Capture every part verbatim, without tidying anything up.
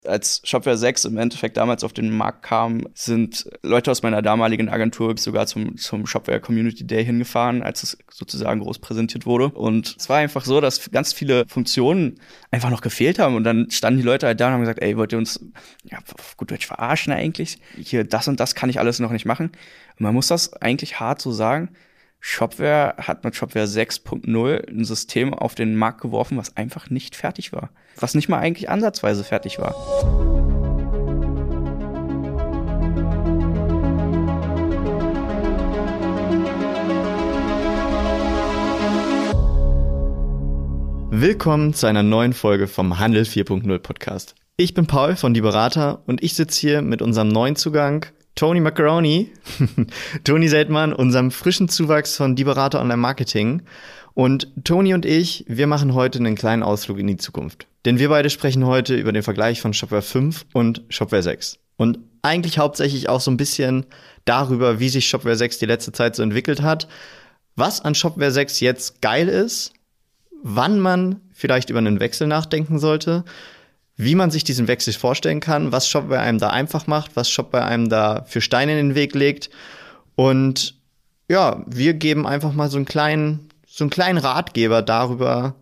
Als Shopware sechs im Endeffekt damals auf den Markt kam, sind Leute aus meiner damaligen Agentur sogar zum, zum Shopware Community Day hingefahren, als es sozusagen groß präsentiert wurde. Und es war einfach so, dass ganz viele Funktionen einfach noch gefehlt haben. Und dann standen die Leute halt da und haben gesagt, ey, wollt ihr uns ja, auf gut Deutsch verarschen eigentlich? Hier, das und das kann ich alles noch nicht machen. Und man muss das eigentlich hart so sagen. Shopware hat mit Shopware sechs Punkt null ein System auf den Markt geworfen, was einfach nicht fertig war. Was nicht mal eigentlich ansatzweise fertig war. Willkommen zu einer neuen Folge vom Handel vier Punkt null Podcast. Ich bin Paul von Die Berater und ich sitze hier mit unserem neuen Zugang Tony Macaroni, Toni Seltmann, unserem frischen Zuwachs von Die Berater Online Marketing. Und Toni und ich, wir machen heute einen kleinen Ausflug in die Zukunft. Denn wir beide sprechen heute über den Vergleich von Shopware fünf und Shopware sechs. Und eigentlich hauptsächlich auch so ein bisschen darüber, wie sich Shopware sechs die letzte Zeit so entwickelt hat, was an Shopware sechs jetzt geil ist, wann man vielleicht über einen Wechsel nachdenken sollte, wie man sich diesen Wechsel vorstellen kann, was Shopware einem da einfach macht, was Shopware einem da für Steine in den Weg legt. Und ja, wir geben einfach mal so einen kleinen, so einen kleinen Ratgeber darüber,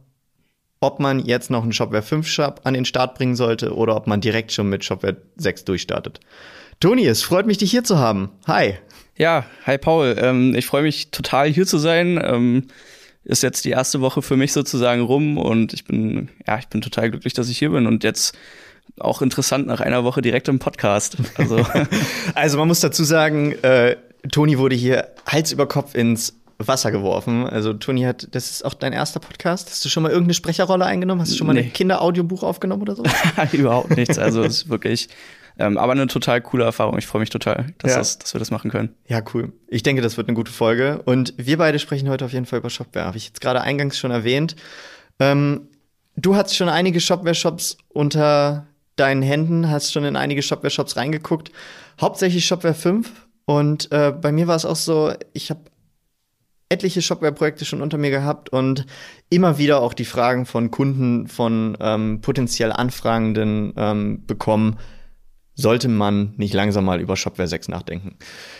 ob man jetzt noch einen Shopware fünf Shop an den Start bringen sollte oder ob man direkt schon mit Shopware sechs durchstartet. Toni, es freut mich, dich hier zu haben. Hi. Ja, hi Paul. Ähm, ich freue mich total, hier zu sein. Ähm Ist jetzt die erste Woche für mich sozusagen rum und ich bin, ja, ich bin total glücklich, dass ich hier bin und jetzt auch interessant nach einer Woche direkt im Podcast. Also, also man muss dazu sagen, äh, Toni wurde hier Hals über Kopf ins Wasser geworfen. Also Toni hat, das ist auch dein erster Podcast. Hast du schon mal irgendeine Sprecherrolle eingenommen? Hast du schon mal nee. ein Kinderaudiobuch aufgenommen oder so? Überhaupt nichts. Also es ist wirklich Ähm, aber eine total coole Erfahrung. Ich freue mich total, dass, ja. das, dass wir das machen können. Ja, cool. Ich denke, das wird eine gute Folge. Und wir beide sprechen heute auf jeden Fall über Shopware. Habe ich jetzt gerade eingangs schon erwähnt. Ähm, du hast schon einige Shopware-Shops unter deinen Händen, hast schon in einige Shopware-Shops reingeguckt. Hauptsächlich Shopware fünf. Und äh, bei mir war es auch so, ich habe etliche Shopware-Projekte schon unter mir gehabt und immer wieder auch die Fragen von Kunden, von ähm, potenziell Anfragenden ähm, bekommen, sollte man nicht langsam mal über Shopware sechs nachdenken.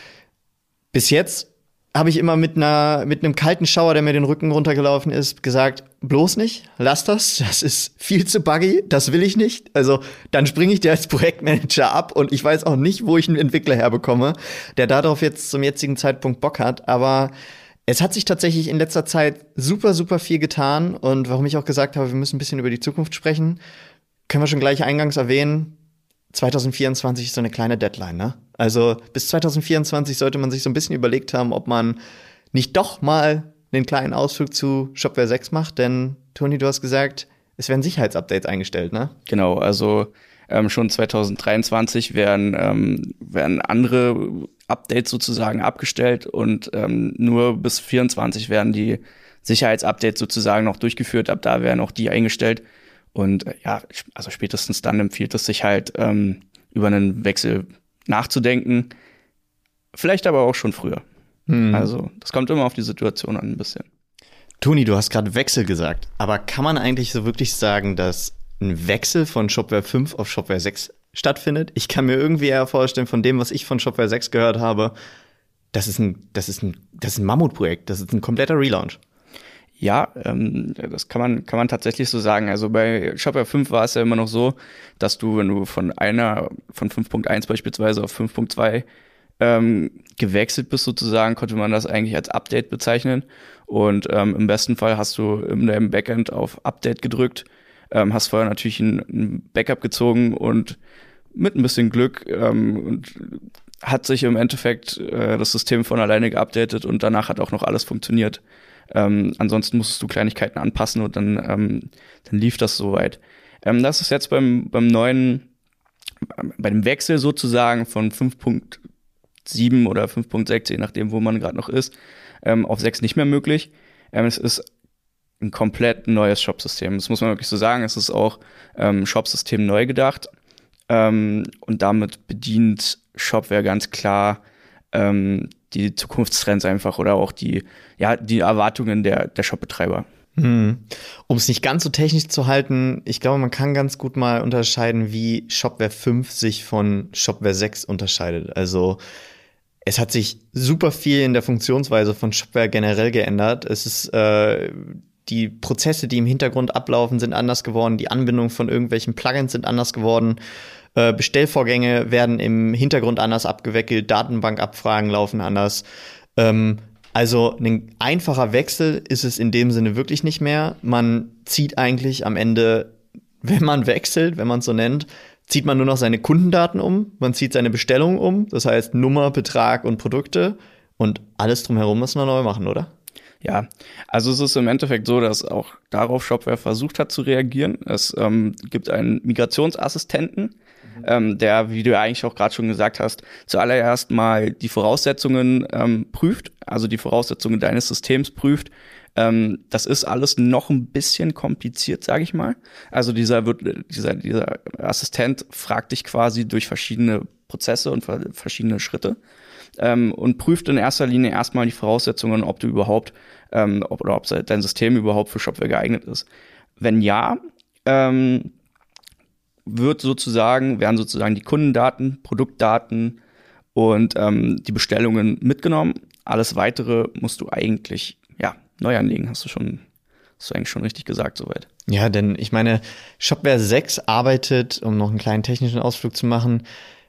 Bis jetzt habe ich immer mit einer mit einem kalten Schauer, der mir den Rücken runtergelaufen ist, gesagt, bloß nicht, lass das, das ist viel zu buggy, das will ich nicht. Also dann springe ich dir als Projektmanager ab und ich weiß auch nicht, wo ich einen Entwickler herbekomme, der darauf jetzt zum jetzigen Zeitpunkt Bock hat. Aber es hat sich tatsächlich in letzter Zeit super, super viel getan. Und warum ich auch gesagt habe, wir müssen ein bisschen über die Zukunft sprechen, können wir schon gleich eingangs erwähnen, zwanzig vierundzwanzig ist so eine kleine Deadline, ne? Also bis zwanzig vierundzwanzig sollte man sich so ein bisschen überlegt haben, ob man nicht doch mal einen kleinen Ausflug zu Shopware sechs macht. Denn, Toni, du hast gesagt, es werden Sicherheitsupdates eingestellt, ne? Genau, also ähm, schon zwanzig dreiundzwanzig werden, ähm, werden andere Updates sozusagen abgestellt und ähm, nur bis vierundzwanzig werden die Sicherheitsupdates sozusagen noch durchgeführt. Ab da werden auch die eingestellt. Und äh, ja, also spätestens dann empfiehlt es sich halt, ähm, über einen Wechsel nachzudenken. Vielleicht aber auch schon früher. Hm. Also das kommt immer auf die Situation an ein bisschen. Toni, du hast gerade Wechsel gesagt. Aber kann man eigentlich so wirklich sagen, dass ein Wechsel von Shopware fünf auf Shopware sechs stattfindet? Ich kann mir irgendwie eher vorstellen, von dem, was ich von Shopware sechs gehört habe, das ist ein, das ist ein, das ist ein Mammutprojekt. Das ist ein kompletter Relaunch. Ja, ähm, das kann man kann man tatsächlich so sagen. Also bei Shopware fünf war es ja immer noch so, dass du, wenn du von einer, von fünf Punkt eins beispielsweise auf fünf Punkt zwei ähm, gewechselt bist sozusagen, konnte man das eigentlich als Update bezeichnen. Und ähm, im besten Fall hast du in deinem Backend auf Update gedrückt, ähm, hast vorher natürlich ein, ein Backup gezogen und mit ein bisschen Glück ähm, und hat sich im Endeffekt äh, das System von alleine geupdatet und danach hat auch noch alles funktioniert. Ähm, ansonsten musstest du Kleinigkeiten anpassen und dann, ähm, dann lief das soweit. Ähm, das ist jetzt beim, beim neuen, bei dem Wechsel sozusagen von fünf Punkt sieben oder fünf Punkt sechs, je nachdem, wo man gerade noch ist, ähm, auf sechs nicht mehr möglich. Ähm, es ist ein komplett neues Shop-System. Das muss man wirklich so sagen. Es ist auch ähm, Shop-System neu gedacht. Ähm, und damit bedient Shopware ganz klar ähm, die Zukunftstrends einfach oder auch die, ja, die Erwartungen der, der Shop-Betreiber. Hm. Um es nicht ganz so technisch zu halten, ich glaube, man kann ganz gut mal unterscheiden, wie Shopware fünf sich von Shopware sechs unterscheidet. Also es hat sich super viel in der Funktionsweise von Shopware generell geändert. Es ist äh, die Prozesse, die im Hintergrund ablaufen, sind anders geworden. Die Anbindung von irgendwelchen Plugins sind anders geworden. Äh, Bestellvorgänge werden im Hintergrund anders abgewickelt. Datenbankabfragen laufen anders. Ähm, also ein einfacher Wechsel ist es in dem Sinne wirklich nicht mehr. Man zieht eigentlich am Ende, wenn man wechselt, wenn man es so nennt, zieht man nur noch seine Kundendaten um, man zieht seine Bestellung um, das heißt Nummer, Betrag und Produkte und alles drumherum muss man neu machen, oder? Ja, also es ist im Endeffekt so, dass auch darauf Shopware versucht hat zu reagieren. Es ähm, gibt einen Migrationsassistenten, mhm. ähm, der, wie du ja eigentlich auch gerade schon gesagt hast, zuallererst mal die Voraussetzungen ähm, prüft, also die Voraussetzungen deines Systems prüft. Ähm, das ist alles noch ein bisschen kompliziert, sage ich mal. Also dieser wird, dieser, dieser Assistent fragt dich quasi durch verschiedene Prozesse und verschiedene Schritte. Ähm, und prüft in erster Linie erstmal die Voraussetzungen, ob du überhaupt ähm, ob, oder ob dein System überhaupt für Shopware geeignet ist. Wenn ja, ähm, wird sozusagen, werden sozusagen die Kundendaten, Produktdaten und ähm, die Bestellungen mitgenommen. Alles weitere musst du eigentlich ja neu anlegen, hast du schon, hast du eigentlich schon richtig gesagt soweit. Ja, denn ich meine, Shopware sechs arbeitet, um noch einen kleinen technischen Ausflug zu machen,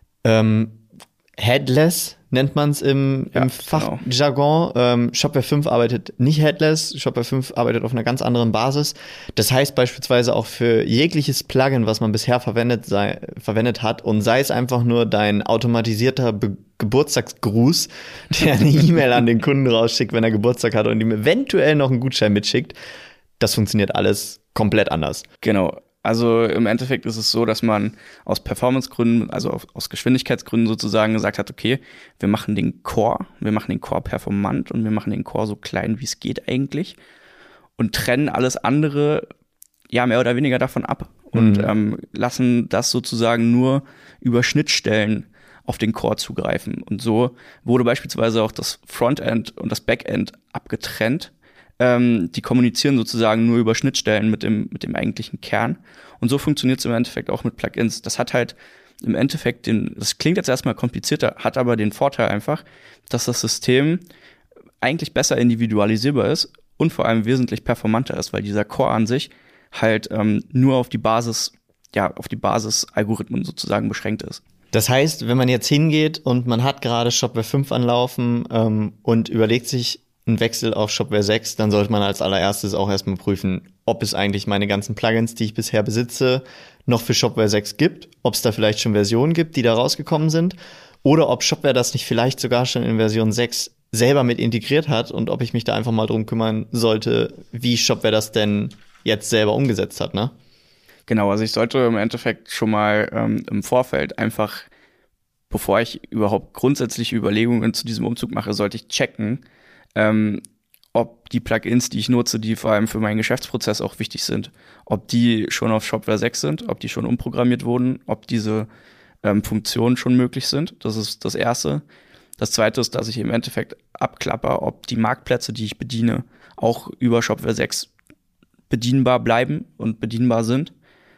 ähm, headless nennt man es im, ja, im Fachjargon. Genau. Ähm, Shopware fünf arbeitet nicht headless. Shopware fünf arbeitet auf einer ganz anderen Basis. Das heißt beispielsweise auch für jegliches Plugin, was man bisher verwendet, sei, verwendet hat, und sei es einfach nur dein automatisierter Be- Geburtstagsgruß, der eine E-Mail an den Kunden rausschickt, wenn er Geburtstag hat und ihm eventuell noch einen Gutschein mitschickt, das funktioniert alles komplett anders. Genau. Also im Endeffekt ist es so, dass man aus Performance-Gründen, also aus Geschwindigkeitsgründen sozusagen gesagt hat, okay, wir machen den Core, wir machen den Core performant und wir machen den Core so klein, wie es geht eigentlich und trennen alles andere ja mehr oder weniger davon ab und mhm. ähm, lassen das sozusagen nur über Schnittstellen auf den Core zugreifen. Und so wurde beispielsweise auch das Frontend und das Backend abgetrennt. Ähm, die kommunizieren sozusagen nur über Schnittstellen mit dem, mit dem eigentlichen Kern. Und so funktioniert es im Endeffekt auch mit Plugins. Das hat halt im Endeffekt den, das klingt jetzt erstmal komplizierter, hat aber den Vorteil einfach, dass das System eigentlich besser individualisierbar ist und vor allem wesentlich performanter ist, weil dieser Core an sich halt ähm, nur auf die Basis, ja, auf die Basis-Algorithmen sozusagen beschränkt ist. Das heißt, wenn man jetzt hingeht und man hat gerade Shopware fünf anlaufen ähm, und überlegt sich einen Wechsel auf Shopware sechs, dann sollte man als allererstes auch erstmal prüfen, ob es eigentlich meine ganzen Plugins, die ich bisher besitze, noch für Shopware sechs gibt, ob es da vielleicht schon Versionen gibt, die da rausgekommen sind, oder ob Shopware das nicht vielleicht sogar schon in Version sechs selber mit integriert hat und ob ich mich da einfach mal drum kümmern sollte, wie Shopware das denn jetzt selber umgesetzt hat, ne? Genau, also ich sollte im Endeffekt schon mal ähm, im Vorfeld einfach, bevor ich überhaupt grundsätzliche Überlegungen zu diesem Umzug mache, sollte ich checken, ähm, ob die Plugins, die ich nutze, die vor allem für meinen Geschäftsprozess auch wichtig sind, ob die schon auf Shopware sechs sind, ob die schon umprogrammiert wurden, ob diese ähm, Funktionen schon möglich sind. Das ist das Erste. Das Zweite ist, dass ich im Endeffekt abklapper, ob die Marktplätze, die ich bediene, auch über Shopware sechs bedienbar bleiben und bedienbar sind.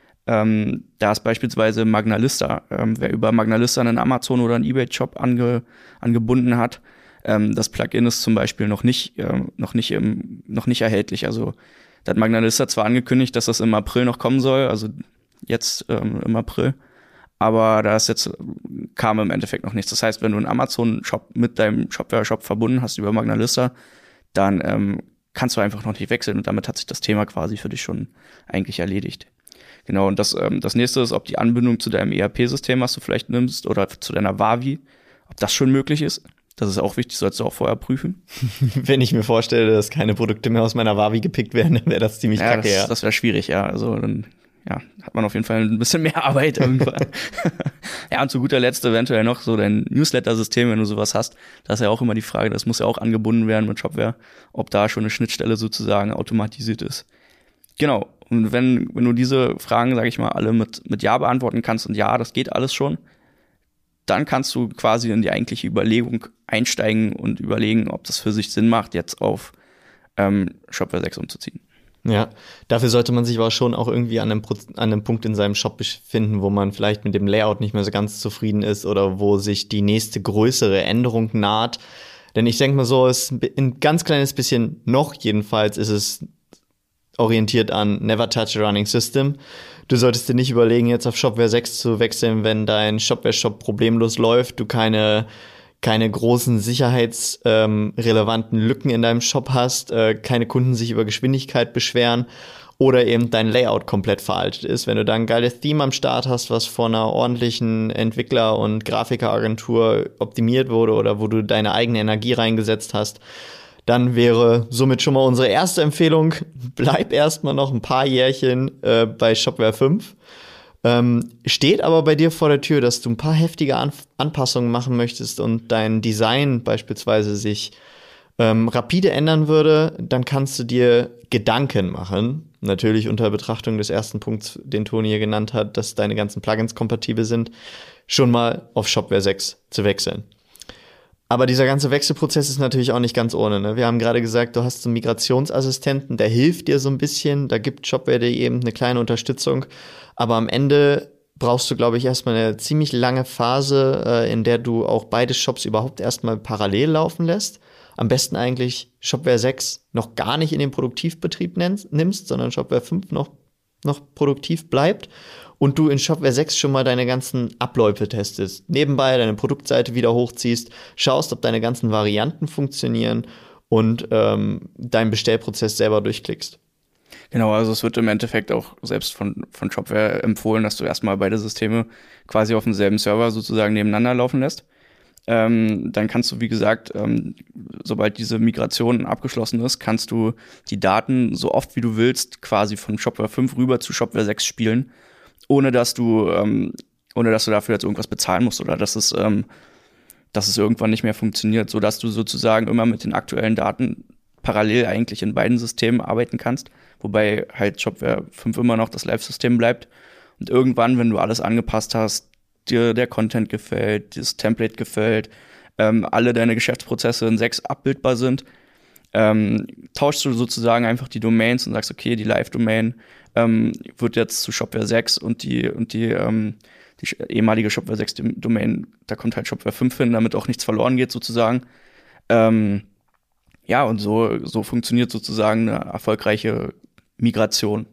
Ähm, da ist beispielsweise Magnalista. Ähm, wer über Magnalista einen Amazon oder einen eBay-Shop ange, angebunden hat, ähm, das Plugin ist zum Beispiel noch nicht, ähm, noch nicht, im, noch nicht erhältlich. Also da hat Magnalista zwar angekündigt, dass das im April noch kommen soll, also jetzt ähm, im April, aber da ist jetzt kam im Endeffekt noch nichts. Das heißt, wenn du einen Amazon-Shop mit deinem Shopware-Shop verbunden hast über Magnalista, dann ähm, kannst du einfach noch nicht wechseln und damit hat sich das Thema quasi für dich schon eigentlich erledigt. Genau, und das, ähm, das nächste ist, ob die Anbindung zu deinem E R P-System, was du vielleicht nimmst, oder zu deiner Wavi, ob das schon möglich ist. Das ist auch wichtig, sollst du auch vorher prüfen. Wenn ich mir vorstelle, dass keine Produkte mehr aus meiner Wavi gepickt werden, dann wäre das ziemlich ja, kacke, das, ja. Das wäre schwierig, ja. Also dann ja, hat man auf jeden Fall ein bisschen mehr Arbeit irgendwann. Ja, und zu guter Letzt eventuell noch so dein Newsletter-System, wenn du sowas hast. Da ist ja auch immer die Frage, das muss ja auch angebunden werden mit Shopware, ob da schon eine Schnittstelle sozusagen automatisiert ist. Genau. Und wenn, wenn du diese Fragen, sage ich mal, alle mit, mit Ja beantworten kannst und ja, das geht alles schon, dann kannst du quasi in die eigentliche Überlegung einsteigen und überlegen, ob das für sich Sinn macht, jetzt auf ähm, Shopware sechs umzuziehen. Ja, dafür sollte man sich aber schon auch irgendwie an einem, Pro- an einem Punkt in seinem Shop befinden, wo man vielleicht mit dem Layout nicht mehr so ganz zufrieden ist oder wo sich die nächste größere Änderung naht. Denn ich denke mal so, es ist ein ganz kleines bisschen, noch jedenfalls, ist es orientiert an Never Touch a Running System. Du solltest dir nicht überlegen, jetzt auf Shopware sechs zu wechseln, wenn dein Shopware-Shop problemlos läuft, du keine keine großen sicherheitsrelevanten ähm, Lücken in deinem Shop hast, äh, keine Kunden sich über Geschwindigkeit beschweren oder eben dein Layout komplett veraltet ist. Wenn du da ein geiles Theme am Start hast, was von einer ordentlichen Entwickler- und Grafikeragentur optimiert wurde oder wo du deine eigene Energie reingesetzt hast, dann wäre somit schon mal unsere erste Empfehlung, bleib erstmal noch ein paar Jährchen äh, bei Shopware fünf. Ähm, steht aber bei dir vor der Tür, dass du ein paar heftige An- Anpassungen machen möchtest und dein Design beispielsweise sich ähm, rapide ändern würde, dann kannst du dir Gedanken machen. Natürlich unter Betrachtung des ersten Punkts, den Toni hier genannt hat, dass deine ganzen Plugins kompatibel sind, schon mal auf Shopware sechs zu wechseln. Aber dieser ganze Wechselprozess ist natürlich auch nicht ganz ohne. Ne? Wir haben gerade gesagt, du hast so einen Migrationsassistenten, der hilft dir so ein bisschen. Da gibt Shopware dir eben eine kleine Unterstützung. Aber am Ende brauchst du, glaube ich, erstmal eine ziemlich lange Phase, äh, in der du auch beide Shops überhaupt erstmal parallel laufen lässt. Am besten eigentlich Shopware sechs noch gar nicht in den Produktivbetrieb nennst, nimmst, sondern Shopware fünf noch, noch produktiv bleibt. Und du in Shopware sechs schon mal deine ganzen Abläufe testest. Nebenbei deine Produktseite wieder hochziehst, schaust, ob deine ganzen Varianten funktionieren und ähm, deinen Bestellprozess selber durchklickst. Genau, also es wird im Endeffekt auch selbst von, von Shopware empfohlen, dass du erstmal beide Systeme quasi auf demselben Server sozusagen nebeneinander laufen lässt. Ähm, dann kannst du, wie gesagt, ähm, sobald diese Migration abgeschlossen ist, kannst du die Daten so oft wie du willst quasi von Shopware fünf rüber zu Shopware sechs spielen, ohne dass du, ähm, ohne dass du dafür jetzt irgendwas bezahlen musst oder dass es, ähm, dass es irgendwann nicht mehr funktioniert, sodass du sozusagen immer mit den aktuellen Daten parallel eigentlich in beiden Systemen arbeiten kannst, wobei halt Shopware fünf immer noch das Live-System bleibt. Und irgendwann, wenn du alles angepasst hast, dir der Content gefällt, das Template gefällt, ähm, alle deine Geschäftsprozesse in sechs abbildbar sind, ähm, tauschst du sozusagen einfach die Domains und sagst, okay, die Live-Domain ähm, wird jetzt zu Shopware sechs und die, und die, ähm, die ehemalige Shopware sechs Domain, da kommt halt Shopware fünf hin, damit auch nichts verloren geht sozusagen. Ähm, ja, und so, so funktioniert sozusagen eine erfolgreiche Migration.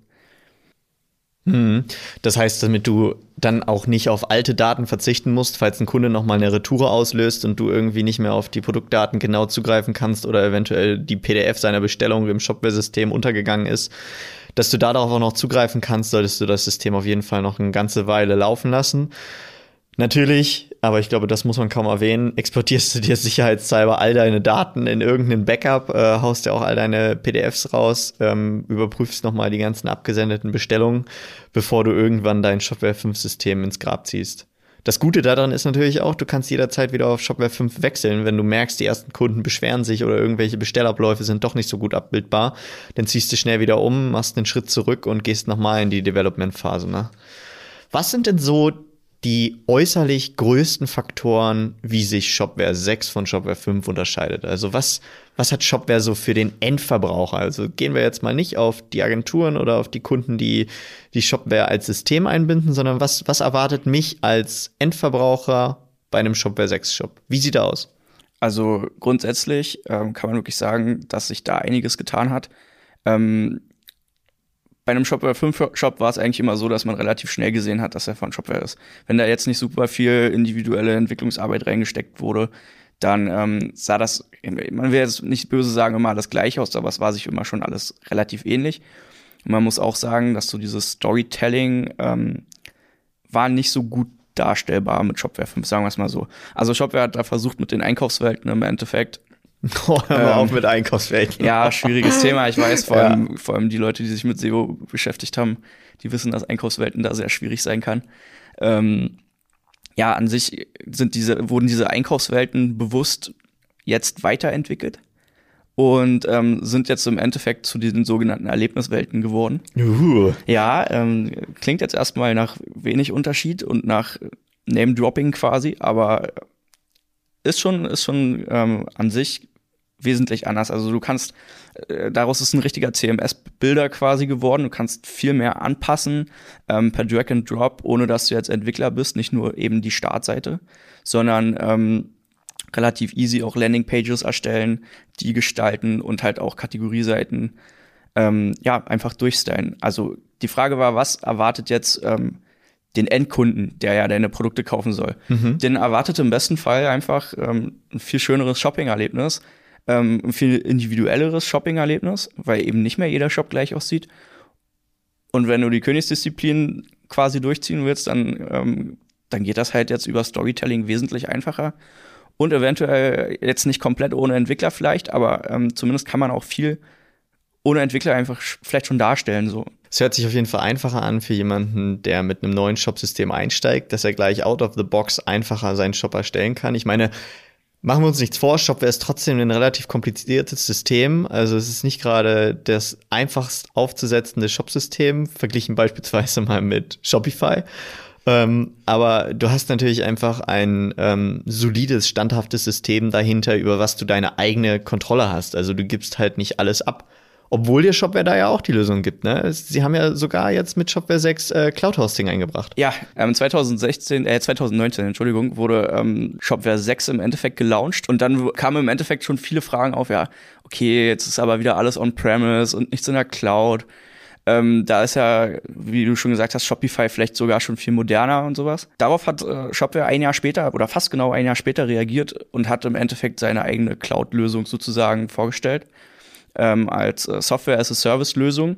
Hm. Das heißt, damit du dann auch nicht auf alte Daten verzichten musst, falls ein Kunde nochmal eine Retoure auslöst und du irgendwie nicht mehr auf die Produktdaten genau zugreifen kannst oder eventuell die P D F seiner Bestellung im Shopware-System untergegangen ist, dass du darauf auch noch zugreifen kannst, solltest du das System auf jeden Fall noch eine ganze Weile laufen lassen. Natürlich, aber ich glaube, das muss man kaum erwähnen, exportierst du dir sicherheitshalber all deine Daten in irgendeinen Backup, äh, haust dir auch all deine P D Fs raus, ähm, überprüfst nochmal die ganzen abgesendeten Bestellungen, bevor du irgendwann dein Shopware fünf System ins Grab ziehst. Das Gute daran ist natürlich auch, du kannst jederzeit wieder auf Shopware fünf wechseln, wenn du merkst, die ersten Kunden beschweren sich oder irgendwelche Bestellabläufe sind doch nicht so gut abbildbar. Dann ziehst du schnell wieder um, machst einen Schritt zurück und gehst nochmal in die Development-Phase. Ne? Was sind denn so die äußerlich größten Faktoren, wie sich Shopware sechs von Shopware fünf unterscheidet? Also was, was hat Shopware so für den Endverbraucher? Also gehen wir jetzt mal nicht auf die Agenturen oder auf die Kunden, die die Shopware als System einbinden, sondern was, was erwartet mich als Endverbraucher bei einem Shopware sechs Shop? Wie sieht er aus? Also grundsätzlich ähm, kann man wirklich sagen, dass sich da einiges getan hat. Ähm, Bei einem Shopware fünf Shop war es eigentlich immer so, dass man relativ schnell gesehen hat, dass er von Shopware ist. Wenn da jetzt nicht super viel individuelle Entwicklungsarbeit reingesteckt wurde, dann ähm, sah das, man will jetzt nicht böse sagen, immer alles gleich aus, aber es war sich immer schon alles relativ ähnlich. Und man muss auch sagen, dass so dieses Storytelling ähm, war nicht so gut darstellbar mit Shopware fünf, sagen wir es mal so. Also Shopware hat da versucht mit den Einkaufswelten im Endeffekt. Oh, hör mal ähm, auf mit Einkaufswelten. Ja, schwieriges Thema. Ich weiß, vor allem, ja. vor allem die Leute, die sich mit S E O beschäftigt haben, die wissen, dass Einkaufswelten da sehr schwierig sein kann. Ähm, ja, an sich sind diese, wurden diese Einkaufswelten bewusst jetzt weiterentwickelt und ähm, sind jetzt im Endeffekt zu diesen sogenannten Erlebniswelten geworden. Uh. Ja, ähm, klingt jetzt erstmal nach wenig Unterschied und nach Name-Dropping quasi, aber ist schon, ist schon ähm, an sich wesentlich anders. Also du kannst, äh, daraus ist ein richtiger C M S-Builder quasi geworden. Du kannst viel mehr anpassen ähm, per Drag and Drop, ohne dass du jetzt Entwickler bist, nicht nur eben die Startseite, sondern ähm, relativ easy auch Landingpages erstellen, die gestalten und halt auch Kategorieseiten ähm, ja einfach durchstylen. Also die Frage war, was erwartet jetzt ähm, den Endkunden, der ja deine Produkte kaufen soll? Mhm. Den erwartet im besten Fall einfach ähm, ein viel schöneres Shopping-Erlebnis, ähm, ein viel individuelleres Shopping-Erlebnis, weil eben nicht mehr jeder Shop gleich aussieht. Und wenn du die Königsdisziplin quasi durchziehen willst, dann, ähm, dann geht das halt jetzt über Storytelling wesentlich einfacher. Und eventuell jetzt nicht komplett ohne Entwickler vielleicht, aber ähm, zumindest kann man auch viel ohne Entwickler einfach vielleicht schon darstellen. So. Es hört sich auf jeden Fall einfacher an für jemanden, der mit einem neuen Shop-System einsteigt, dass er gleich out of the box einfacher seinen Shop erstellen kann. Ich meine, machen wir uns nichts vor, Shopware ist trotzdem ein relativ kompliziertes System. Also es ist nicht gerade das einfachst aufzusetzende Shop-System, verglichen beispielsweise mal mit Shopify. Ähm, aber du hast natürlich einfach ein ähm, solides, standhaftes System dahinter, über was du deine eigene Kontrolle hast. Also du gibst halt nicht alles ab. Obwohl dir Shopware da ja auch die Lösung gibt, ne? Sie haben ja sogar jetzt mit Shopware sechs äh, Cloud-Hosting eingebracht. Ja, ähm, zwanzig sechzehn, äh, zwanzig neunzehn, Entschuldigung, wurde ähm, Shopware sechs im Endeffekt gelauncht und dann kamen im Endeffekt schon viele Fragen auf, ja, okay, jetzt ist aber wieder alles on-premise und nichts in der Cloud. Ähm, da ist ja, wie du schon gesagt hast, Shopify vielleicht sogar schon viel moderner und sowas. Darauf hat äh, Shopware ein Jahr später oder fast genau ein Jahr später reagiert und hat im Endeffekt seine eigene Cloud-Lösung sozusagen vorgestellt. Ähm, als äh, Software-as-a-Service-Lösung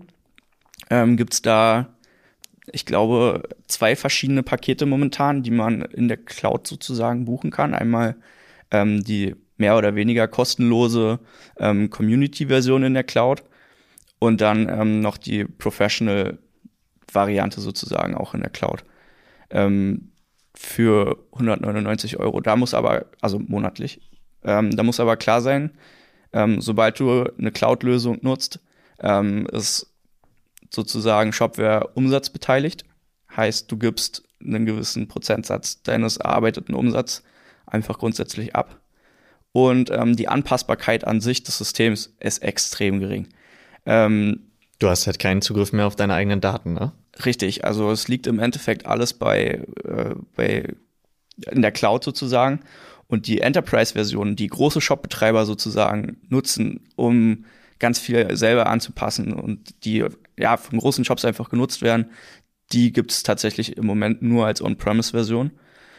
ähm, gibt's da, ich glaube, zwei verschiedene Pakete momentan, die man in der Cloud sozusagen buchen kann. Einmal ähm, die mehr oder weniger kostenlose ähm, Community-Version in der Cloud und dann ähm, noch die Professional-Variante sozusagen auch in der Cloud ähm, für hundertneunundneunzig Euro. Da muss aber, also monatlich, ähm, da muss aber klar sein, Ähm, sobald du eine Cloud-Lösung nutzt, ähm, ist sozusagen Shopware umsatzbeteiligt. Heißt, du gibst einen gewissen Prozentsatz deines erarbeiteten Umsatzes einfach grundsätzlich ab. Und ähm, die Anpassbarkeit an sich des Systems ist extrem gering. Ähm, du hast halt keinen Zugriff mehr auf deine eigenen Daten, ne? Richtig, also es liegt im Endeffekt alles bei, äh, bei in der Cloud sozusagen. Und die Enterprise-Version, die große Shop-Betreiber sozusagen nutzen, um ganz viel selber anzupassen und die ja von großen Shops einfach genutzt werden, die gibt es tatsächlich im Moment nur als On-Premise-Version.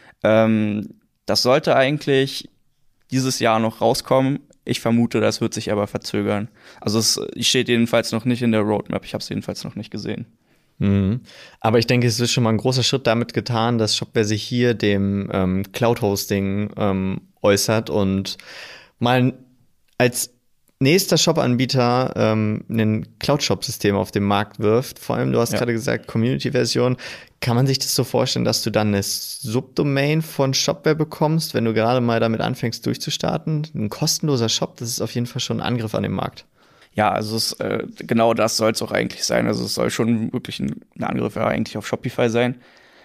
Ähm, das sollte eigentlich dieses Jahr noch rauskommen. Ich vermute, das wird sich aber verzögern. Also es steht jedenfalls noch nicht in der Roadmap. Ich habe es jedenfalls noch nicht gesehen. Mhm. Aber ich denke, es ist schon mal ein großer Schritt damit getan, dass Shopware sich hier dem ähm, Cloud-Hosting ähm, äußert und mal als nächster Shop-Anbieter ähm, ein Cloud-Shop-System auf den Markt wirft. Vor allem, du hast ja gerade gesagt, Community-Version. Kann man sich das so vorstellen, dass du dann eine Subdomain von Shopware bekommst, wenn du gerade mal damit anfängst durchzustarten? Ein kostenloser Shop, das ist auf jeden Fall schon ein Angriff an den Markt. Ja, also es, äh, genau das soll es auch eigentlich sein. Also es soll schon wirklich ein, ein Angriff ja eigentlich auf Shopify sein.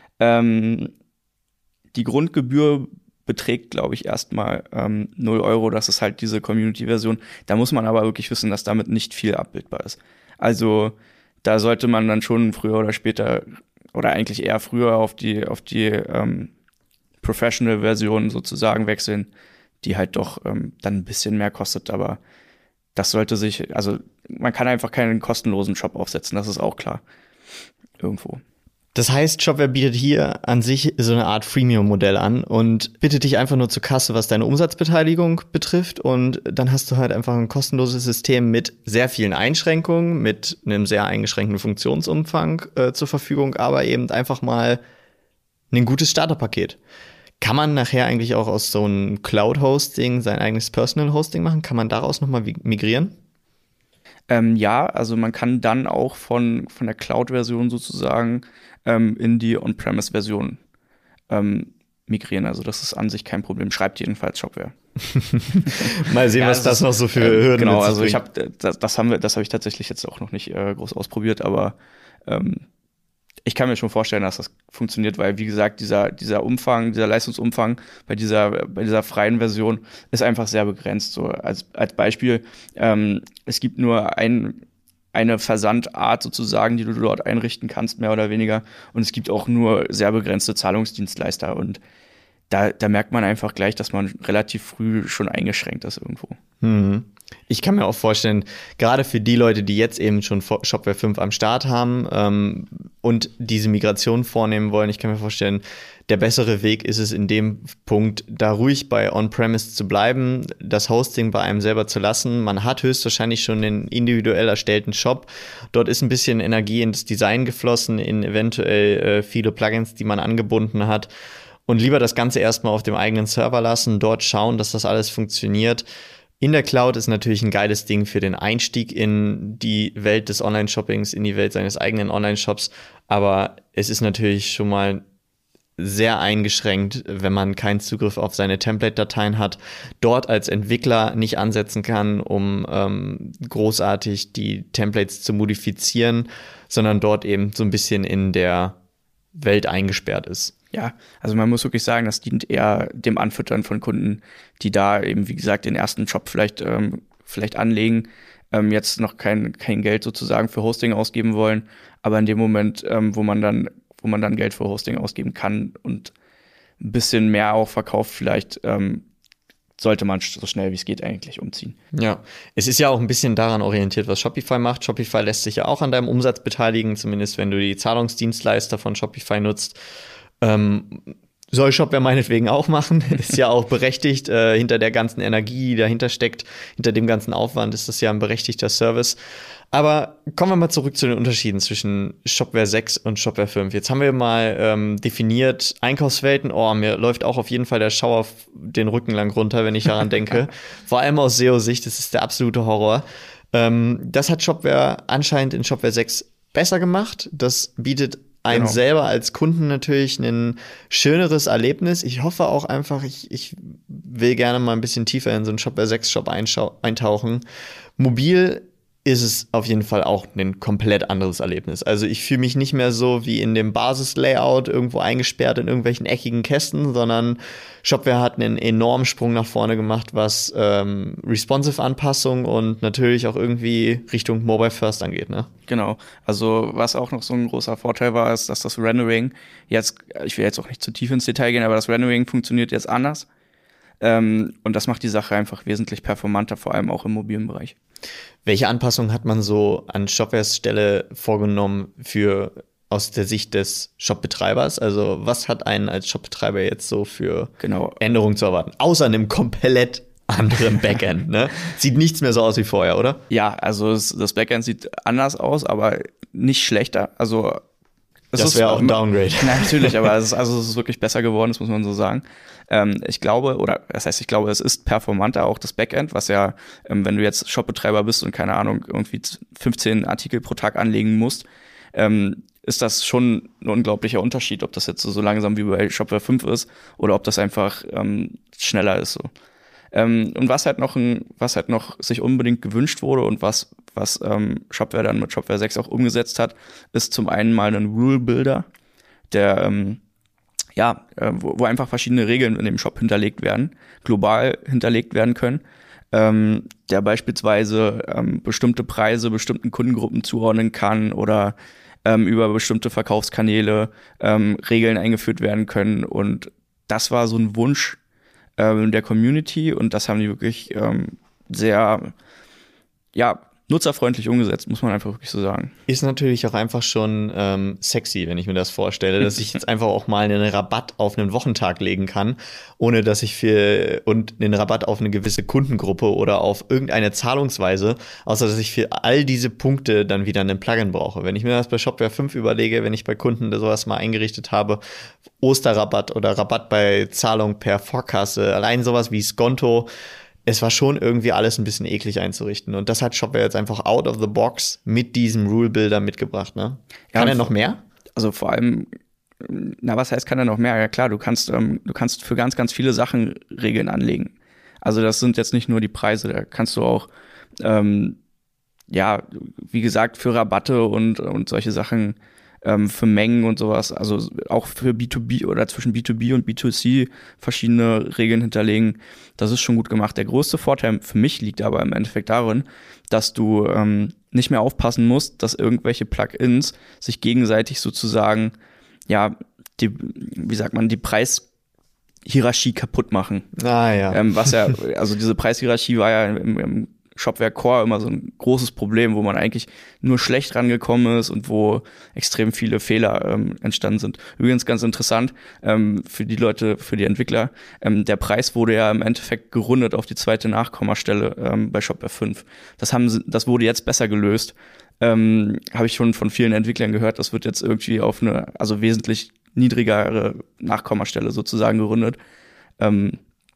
Ähm, die Grundgebühr beträgt, glaube ich, erstmal ähm, null Euro. Das ist halt diese Community-Version. Da muss man aber wirklich wissen, dass damit nicht viel abbildbar ist. Also da sollte man dann schon früher oder später oder eigentlich eher früher auf die auf die ähm, Professional-Version sozusagen wechseln, die halt doch ähm, dann ein bisschen mehr kostet, aber das sollte sich, also man kann einfach keinen kostenlosen Shop aufsetzen, das ist auch klar. Irgendwo. Das heißt, Shopware bietet hier an sich so eine Art Freemium-Modell an und bittet dich einfach nur zur Kasse, was deine Umsatzbeteiligung betrifft. Und dann hast du halt einfach ein kostenloses System mit sehr vielen Einschränkungen, mit einem sehr eingeschränkten Funktionsumfang äh, zur Verfügung, aber eben einfach mal ein gutes Starterpaket. Kann man nachher eigentlich auch aus so einem Cloud-Hosting sein eigenes Personal-Hosting machen? Kann man daraus nochmal migrieren? Ähm, ja, also man kann dann auch von, von der Cloud-Version sozusagen ähm, in die On-Premise-Version ähm, migrieren. Also das ist an sich kein Problem. Schreibt jedenfalls Shopware. Mal sehen, ja, was das ist, noch so für äh, Hürden genau, also ich habe das, das haben wir, das habe ich tatsächlich jetzt auch noch nicht äh, groß ausprobiert, aber ähm, ich kann mir schon vorstellen, dass das funktioniert, weil, wie gesagt, dieser, dieser Umfang, dieser Leistungsumfang bei dieser, bei dieser freien Version ist einfach sehr begrenzt. So als, als Beispiel, ähm, es gibt nur ein, eine Versandart sozusagen, die du dort einrichten kannst, mehr oder weniger. Und es gibt auch nur sehr begrenzte Zahlungsdienstleister. Und da, da merkt man einfach gleich, dass man relativ früh schon eingeschränkt ist irgendwo. Mhm. Ich kann mir auch vorstellen, gerade für die Leute, die jetzt eben schon Shopware fünf am Start haben ähm, und diese Migration vornehmen wollen, ich kann mir vorstellen, der bessere Weg ist es in dem Punkt, da ruhig bei On-Premise zu bleiben, das Hosting bei einem selber zu lassen. Man hat höchstwahrscheinlich schon einen individuell erstellten Shop. Dort ist ein bisschen Energie ins Design geflossen, in eventuell äh, viele Plugins, die man angebunden hat. Und lieber das Ganze erstmal auf dem eigenen Server lassen, dort schauen, dass das alles funktioniert. In der Cloud ist natürlich ein geiles Ding für den Einstieg in die Welt des Online-Shoppings, in die Welt seines eigenen Online-Shops. Aber es ist natürlich schon mal sehr eingeschränkt, wenn man keinen Zugriff auf seine Template-Dateien hat, dort als Entwickler nicht ansetzen kann, um ähm, großartig die Templates zu modifizieren, sondern dort eben so ein bisschen in der Welt eingesperrt ist. Ja, also man muss wirklich sagen, das dient eher dem Anfüttern von Kunden, die da eben, wie gesagt, den ersten Job vielleicht, ähm, vielleicht anlegen, ähm, jetzt noch kein, kein Geld sozusagen für Hosting ausgeben wollen, aber in dem Moment, ähm, wo man dann, wo man dann Geld für Hosting ausgeben kann und ein bisschen mehr auch verkauft, vielleicht ähm, sollte man so schnell wie es geht eigentlich umziehen. Ja, es ist ja auch ein bisschen daran orientiert, was Shopify macht. Shopify lässt sich ja auch an deinem Umsatz beteiligen, zumindest wenn du die Zahlungsdienstleister von Shopify nutzt. Ähm, soll Shopware meinetwegen auch machen, ist ja auch berechtigt, äh, hinter der ganzen Energie, die dahinter steckt, hinter dem ganzen Aufwand ist das ja ein berechtigter Service. Aber kommen wir mal zurück zu den Unterschieden zwischen Shopware sechs und Shopware fünf. Jetzt haben wir mal ähm, definiert Einkaufswelten. Oh, mir läuft auch auf jeden Fall der Schauer auf den Rücken lang runter, wenn ich daran denke. Vor allem aus S E O-Sicht, das ist der absolute Horror. Ähm, das hat Shopware anscheinend in Shopware sechs besser gemacht. Das bietet einen genau. selber als Kunden natürlich ein schöneres Erlebnis. Ich hoffe auch einfach, ich, ich will gerne mal ein bisschen tiefer in so einen Shopware sechs Shop eintauchen. Mobil ist es auf jeden Fall auch ein komplett anderes Erlebnis. Also ich fühle mich nicht mehr so wie in dem Basis-Layout irgendwo eingesperrt in irgendwelchen eckigen Kästen, sondern Shopware hat einen enormen Sprung nach vorne gemacht, was ähm, Responsive-Anpassung und natürlich auch irgendwie Richtung Mobile First angeht, ne? Genau. Also was auch noch so ein großer Vorteil war, ist, dass das Rendering jetzt, ich will jetzt auch nicht zu tief ins Detail gehen, aber das Rendering funktioniert jetzt anders. Ähm, und das macht die Sache einfach wesentlich performanter, vor allem auch im mobilen Bereich. Welche Anpassungen hat man so an Shopwares Stelle vorgenommen für aus der Sicht des Shopbetreibers? Also was hat einen als Shopbetreiber jetzt so für genau. Änderungen zu erwarten? Außer einem komplett anderen Backend, ne? Sieht nichts mehr so aus wie vorher, oder? Ja, also es, das Backend sieht anders aus, aber nicht schlechter. Also es das wäre auch ein Downgrade. Nein, natürlich, aber es ist, also es ist wirklich besser geworden, das muss man so sagen. Ähm, ich glaube, oder das heißt, ich glaube, es ist performanter, auch das Backend, was ja, ähm, wenn du jetzt Shopbetreiber bist und keine Ahnung, irgendwie fünfzehn Artikel pro Tag anlegen musst, ähm, ist das schon ein unglaublicher Unterschied, ob das jetzt so, so langsam wie bei Shopware fünf ist oder ob das einfach ähm, schneller ist so. Ähm, und was halt noch ein, was halt noch sich unbedingt gewünscht wurde und was was ähm, Shopware dann mit Shopware sechs auch umgesetzt hat, ist zum einen mal ein Rule Builder, der ähm, ja, äh, wo, wo einfach verschiedene Regeln in dem Shop hinterlegt werden, global hinterlegt werden können, ähm, der beispielsweise ähm, bestimmte Preise bestimmten Kundengruppen zuordnen kann oder ähm, über bestimmte Verkaufskanäle ähm, Regeln eingeführt werden können. Und das war so ein Wunsch ähm, der Community und das haben die wirklich ähm, sehr, ja, nutzerfreundlich umgesetzt, muss man einfach wirklich so sagen. Ist natürlich auch einfach schon ähm, sexy, wenn ich mir das vorstelle, dass ich jetzt einfach auch mal einen Rabatt auf einen Wochentag legen kann, ohne dass ich für und einen Rabatt auf eine gewisse Kundengruppe oder auf irgendeine Zahlungsweise, außer dass ich für all diese Punkte dann wieder einen Plugin brauche. Wenn ich mir das bei Shopware fünf überlege, wenn ich bei Kunden sowas mal eingerichtet habe, Osterrabatt oder Rabatt bei Zahlung per Vorkasse, allein sowas wie Skonto, es war schon irgendwie alles ein bisschen eklig einzurichten. Und das hat Shopware jetzt einfach out of the box mit diesem Rule-Builder mitgebracht, ne? Kann ja, er noch mehr? Also vor allem, na, was heißt, kann er noch mehr? Ja klar, du kannst, ähm, du kannst für ganz, ganz viele Sachen Regeln anlegen. Also das sind jetzt nicht nur die Preise, da kannst du auch, ähm, ja, wie gesagt, für Rabatte und, und solche Sachen ähm, für Mengen und sowas, also auch für B zwei B oder zwischen B zwei B und B zwei C verschiedene Regeln hinterlegen. Das ist schon gut gemacht. Der größte Vorteil für mich liegt aber im Endeffekt darin, dass du ähm, nicht mehr aufpassen musst, dass irgendwelche Plugins sich gegenseitig sozusagen, ja, die, wie sagt man, die Preishierarchie kaputt machen. Ah, ja. Ähm, was ja, also diese Preishierarchie war ja im, im Shopware Core immer so ein großes Problem, wo man eigentlich nur schlecht rangekommen ist und wo extrem viele Fehler ähm, entstanden sind. Übrigens ganz interessant, ähm, für die Leute, für die Entwickler, ähm, der Preis wurde ja im Endeffekt gerundet auf die zweite Nachkommastelle ähm, bei Shopware fünf. Das haben sie, das wurde jetzt besser gelöst. Ähm, habe ich schon von vielen Entwicklern gehört, das wird jetzt irgendwie auf eine, also wesentlich niedrigere Nachkommastelle sozusagen gerundet. Ähm,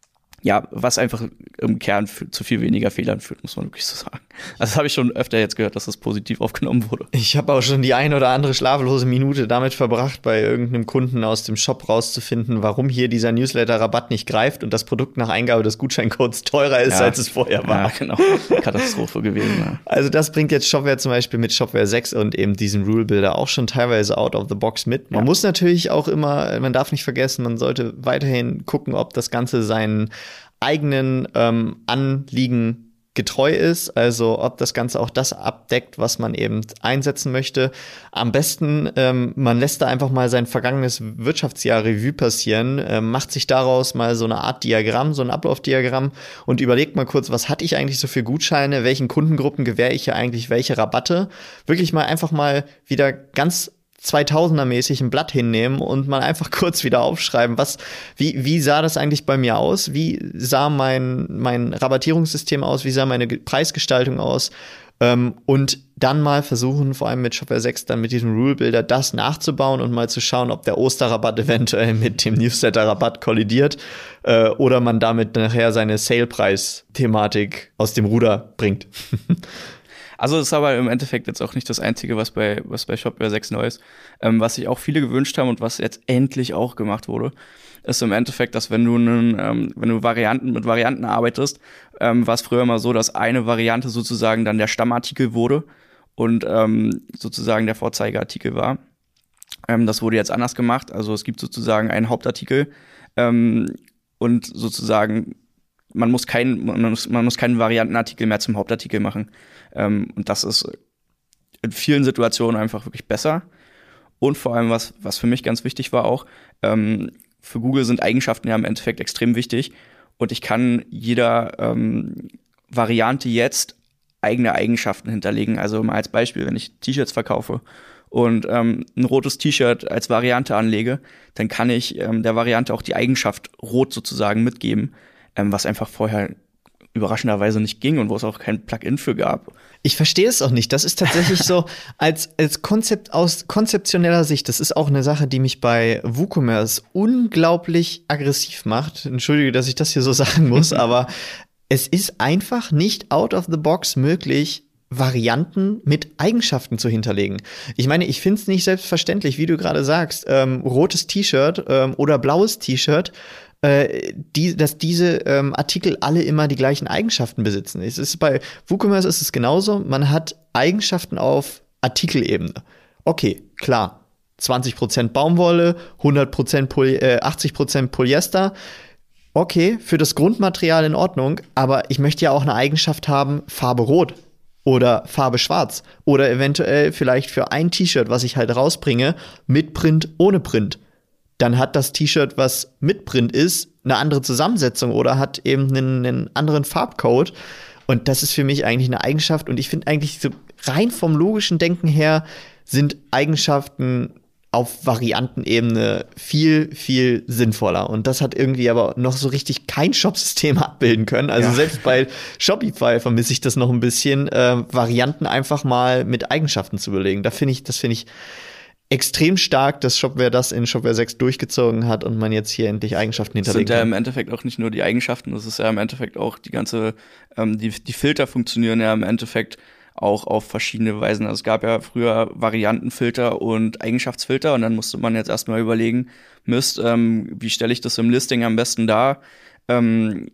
Ja, was einfach im Kern für, zu viel weniger Fehlern führt, muss man wirklich so sagen. Also das habe ich schon öfter jetzt gehört, dass das positiv aufgenommen wurde. Ich habe auch schon die ein oder andere schlaflose Minute damit verbracht, bei irgendeinem Kunden aus dem Shop rauszufinden, warum hier dieser Newsletter-Rabatt nicht greift und das Produkt nach Eingabe des Gutscheincodes teurer ist, ja, als es vorher war. Ja, genau. Katastrophe gewesen. Ja. Also das bringt jetzt Shopware zum Beispiel mit Shopware sechs und eben diesem Rule Builder auch schon teilweise out of the box mit. Man ja. muss natürlich auch immer, man darf nicht vergessen, man sollte weiterhin gucken, ob das Ganze seinen eigenen ähm, Anliegen getreu ist, also ob das Ganze auch das abdeckt, was man eben einsetzen möchte. Am besten, ähm, man lässt da einfach mal sein vergangenes Wirtschaftsjahr Revue passieren, äh, macht sich daraus mal so eine Art Diagramm, so ein Ablaufdiagramm und überlegt mal kurz, was hatte ich eigentlich so für Gutscheine, welchen Kundengruppen gewähre ich ja eigentlich welche Rabatte. Wirklich mal einfach mal wieder ganz zweitausender-mäßig ein Blatt hinnehmen und mal einfach kurz wieder aufschreiben, was, wie, wie sah das eigentlich bei mir aus? Wie sah mein, mein Rabattierungssystem aus? Wie sah meine Preisgestaltung aus? Ähm, und dann mal versuchen, vor allem mit Shopware sechs, dann mit diesem Rule Builder das nachzubauen und mal zu schauen, ob der Osterrabatt eventuell mit dem Newsletter-Rabatt kollidiert äh, oder man damit nachher seine Sale-Preis-Thematik aus dem Ruder bringt. Also das ist aber im Endeffekt jetzt auch nicht das Einzige, was bei, was bei Shopware sechs neu ist. Ähm, was sich auch viele gewünscht haben und was jetzt endlich auch gemacht wurde, ist im Endeffekt, dass wenn du einen, ähm, wenn du Varianten mit Varianten arbeitest, ähm, war es früher mal so, dass eine Variante sozusagen dann der Stammartikel wurde und ähm, sozusagen der Vorzeigeartikel war. Ähm, das wurde jetzt anders gemacht. Also es gibt sozusagen einen Hauptartikel ähm, und sozusagen man muss keinen, man muss, man muss keinen Variantenartikel mehr zum Hauptartikel machen. Ähm, und das ist in vielen Situationen einfach wirklich besser. Und vor allem, was, was für mich ganz wichtig war auch, ähm, für Google sind Eigenschaften ja im Endeffekt extrem wichtig. Und ich kann jeder ähm, Variante jetzt eigene Eigenschaften hinterlegen. Also mal als Beispiel, wenn ich T-Shirts verkaufe und ähm, ein rotes T-Shirt als Variante anlege, dann kann ich ähm, der Variante auch die Eigenschaft rot sozusagen mitgeben. Ähm, was einfach vorher überraschenderweise nicht ging und wo es auch kein Plugin für gab. Ich verstehe es auch nicht. Das ist tatsächlich so, als, als Konzept aus konzeptioneller Sicht, das ist auch eine Sache, die mich bei WooCommerce unglaublich aggressiv macht. Entschuldige, dass ich das hier so sagen muss, aber es ist einfach nicht out of the box möglich, Varianten mit Eigenschaften zu hinterlegen. Ich meine, ich finde es nicht selbstverständlich, wie du gerade sagst, ähm, rotes T-Shirt ähm, oder blaues T-Shirt, äh, die, dass diese ähm, Artikel alle immer die gleichen Eigenschaften besitzen. Es ist bei WooCommerce ist es genauso. Man hat Eigenschaften auf Artikelebene. Okay, klar. zwanzig Prozent Baumwolle, hundert Prozent Poly- äh, achtzig Prozent Polyester. Okay, für das Grundmaterial in Ordnung, aber ich möchte ja auch eine Eigenschaft haben, Farbe rot oder Farbe schwarz oder eventuell vielleicht für ein T-Shirt, was ich halt rausbringe, mit Print, ohne Print. Dann hat das T-Shirt, was mit Print ist, eine andere Zusammensetzung oder hat eben einen, einen anderen Farbcode. Und das ist für mich eigentlich eine Eigenschaft. Und ich finde eigentlich so rein vom logischen Denken her sind Eigenschaften auf Variantenebene viel, viel sinnvoller. Und das hat irgendwie aber noch so richtig kein Shop-System abbilden können. Also ja. Selbst bei Shopify vermisse ich das noch ein bisschen, äh, Varianten einfach mal mit Eigenschaften zu belegen. Da finde ich, das finde ich extrem stark, dass Shopware das in Shopware sechs durchgezogen hat und man jetzt hier endlich Eigenschaften hinterlegen kann. Das sind ja im Endeffekt auch nicht nur die Eigenschaften, das ist ja im Endeffekt auch die ganze, ähm, die, die Filter funktionieren ja im Endeffekt auch auf verschiedene Weisen. Also es gab ja früher Variantenfilter und Eigenschaftsfilter und dann musste man jetzt erstmal überlegen, Mist, ähm, wie stelle ich das im Listing am besten dar? Ähm,